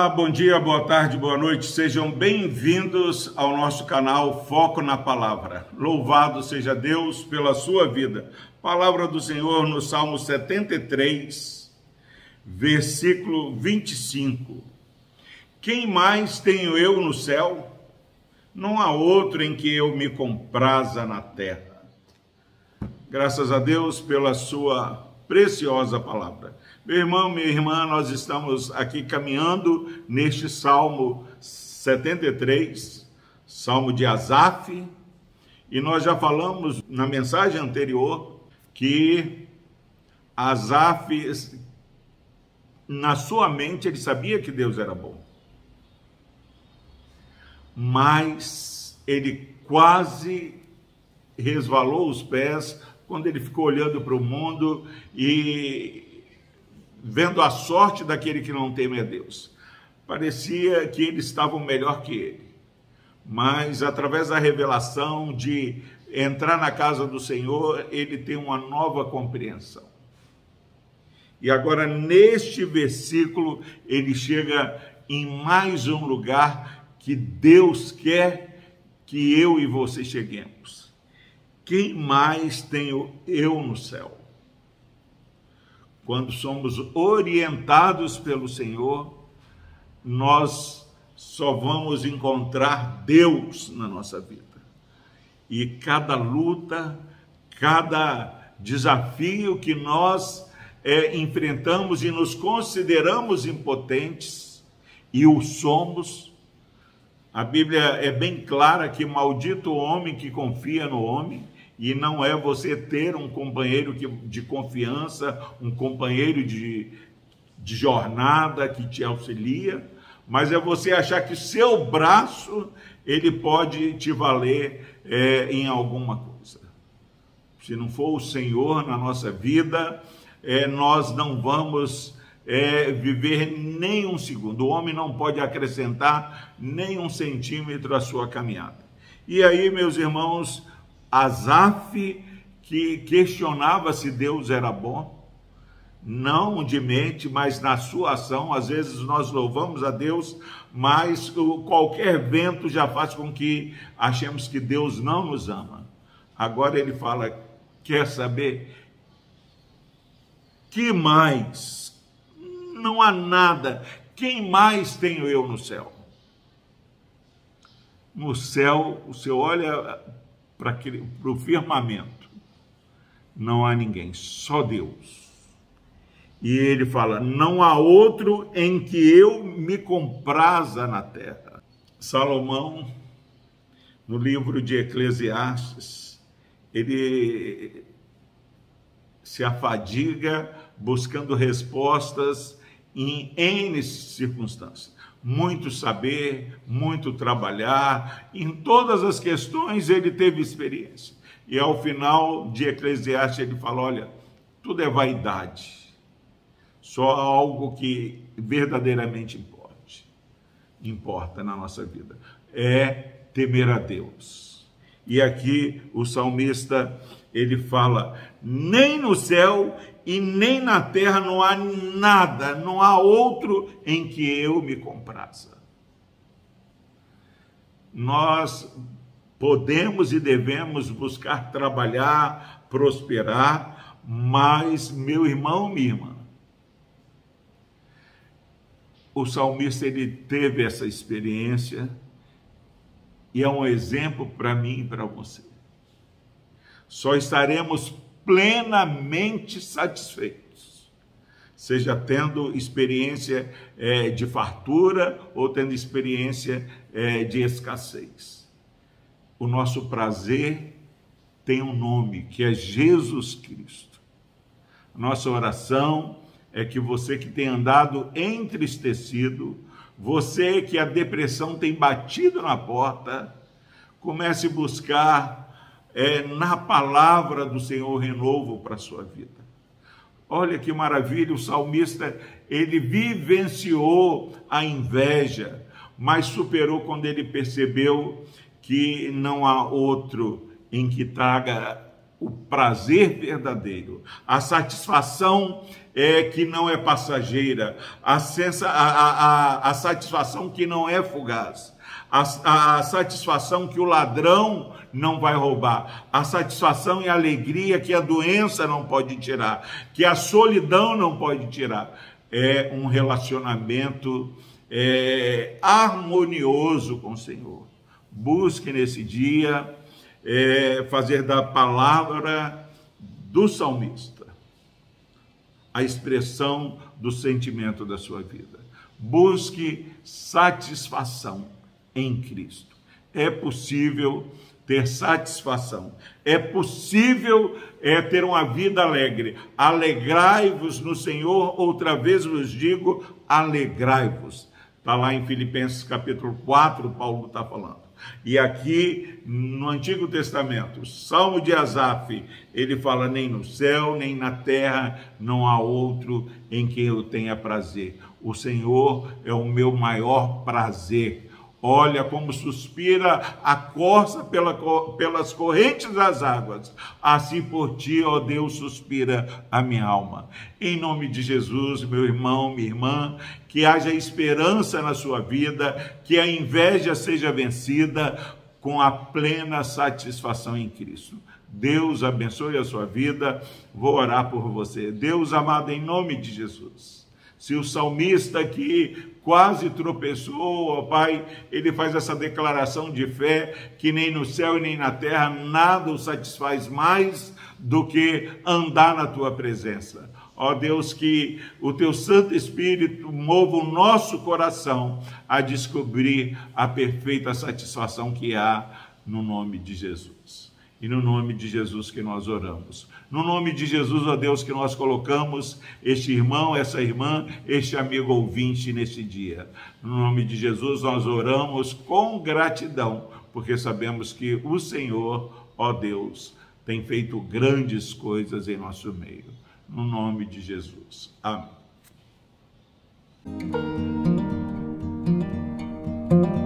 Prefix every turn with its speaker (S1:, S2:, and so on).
S1: Olá, bom dia, boa tarde, boa noite, sejam bem-vindos ao nosso canal Foco na Palavra. Louvado seja Deus pela sua vida. Palavra do Senhor no Salmo 73, versículo 25. Quem mais tenho eu no céu? Não há outro em que eu me compraza na terra. Graças a Deus pela sua preciosa palavra. Meu irmão, minha irmã, nós estamos aqui caminhando neste Salmo 73, Salmo de Asaf, e nós já falamos na mensagem anterior que Asaf, na sua mente, ele sabia que Deus era bom, mas ele quase resvalou os pés quando ele ficou olhando para o mundo e vendo a sorte daquele que não teme a Deus. Parecia que eles estavam melhor que ele, mas através da revelação de entrar na casa do Senhor, ele tem uma nova compreensão. E agora, neste versículo, ele chega em mais um lugar que Deus quer que eu e você cheguemos. Quem mais tenho eu no céu? Quando somos orientados pelo Senhor, nós só vamos encontrar Deus na nossa vida. E cada luta, cada desafio que nós enfrentamos e nos consideramos impotentes, e o somos, a Bíblia é bem clara que maldito o homem que confia no homem. E não é você ter um companheiro de confiança, um companheiro de jornada que te auxilia, mas é você achar que seu braço, ele pode te valer em alguma coisa. Se não for o Senhor na nossa vida, nós não vamos viver nem um segundo. O homem não pode acrescentar nem um centímetro à sua caminhada. E aí, meus irmãos, Asaf, que questionava se Deus era bom, não de mente, mas na sua ação. Às vezes nós louvamos a Deus, mas qualquer vento já faz com que achemos que Deus não nos ama. Agora ele fala, quer saber? Que mais? Não há nada. Quem mais tenho eu no céu? No céu, o Senhor olha para o firmamento, não há ninguém, só Deus. E ele fala, não há outro em que eu me compraza na terra. Salomão, no livro de Eclesiastes, ele se afadiga buscando respostas em N circunstâncias. Muito saber, muito trabalhar, em todas as questões ele teve experiência. E ao final de Eclesiastes ele fala, olha, tudo é vaidade, só algo que verdadeiramente importa na nossa vida, é temer a Deus. E aqui o salmista, ele fala, nem no céu e nem na terra não há nada, não há outro em que eu me compraza. Nós podemos e devemos buscar trabalhar, prosperar, mas, meu irmão, minha irmã, o salmista, ele teve essa experiência e é um exemplo para mim e para você. Só estaremos plenamente satisfeitos, seja tendo experiência de fartura ou tendo experiência de escassez. O nosso prazer tem um nome, que é Jesus Cristo. Nossa oração é que você que tem andado entristecido, você que a depressão tem batido na porta, comece a buscar na palavra do Senhor renovo para a sua vida. Olha que maravilha, o salmista, ele vivenciou a inveja, mas superou quando ele percebeu que não há outro em que traga o prazer verdadeiro, a satisfação que não é passageira, a satisfação que não é fugaz, a satisfação que o ladrão não vai roubar, a satisfação e a alegria que a doença não pode tirar, que a solidão não pode tirar. É um relacionamento harmonioso com o Senhor. Busque nesse dia fazer da palavra do salmista a expressão do sentimento da sua vida. Busque satisfação em Cristo. É possível ter satisfação. É possível ter uma vida alegre. Alegrai-vos no Senhor, outra vez vos digo, alegrai-vos. Está lá em Filipenses capítulo 4, Paulo está falando. E aqui no Antigo Testamento, o Salmo de Asaf, ele fala: nem no céu, nem na terra, não há outro em quem eu tenha prazer. O Senhor é o meu maior prazer. Olha como suspira a corça pelas correntes das águas. Assim por ti, ó Deus, suspira a minha alma. Em nome de Jesus, meu irmão, minha irmã, que haja esperança na sua vida, que a inveja seja vencida com a plena satisfação em Cristo. Deus abençoe a sua vida. Vou orar por você. Deus amado, em nome de Jesus. Se o salmista que quase tropeçou, ó Pai, ele faz essa declaração de fé, que nem no céu e nem na terra nada o satisfaz mais do que andar na tua presença. Ó Deus, que o teu Santo Espírito mova o nosso coração a descobrir a perfeita satisfação que há no nome de Jesus. E no nome de Jesus que nós oramos. No nome de Jesus, ó Deus, que nós colocamos este irmão, essa irmã, este amigo ouvinte neste dia. No nome de Jesus, nós oramos com gratidão, porque sabemos que o Senhor, ó Deus, tem feito grandes coisas em nosso meio. No nome de Jesus. Amém.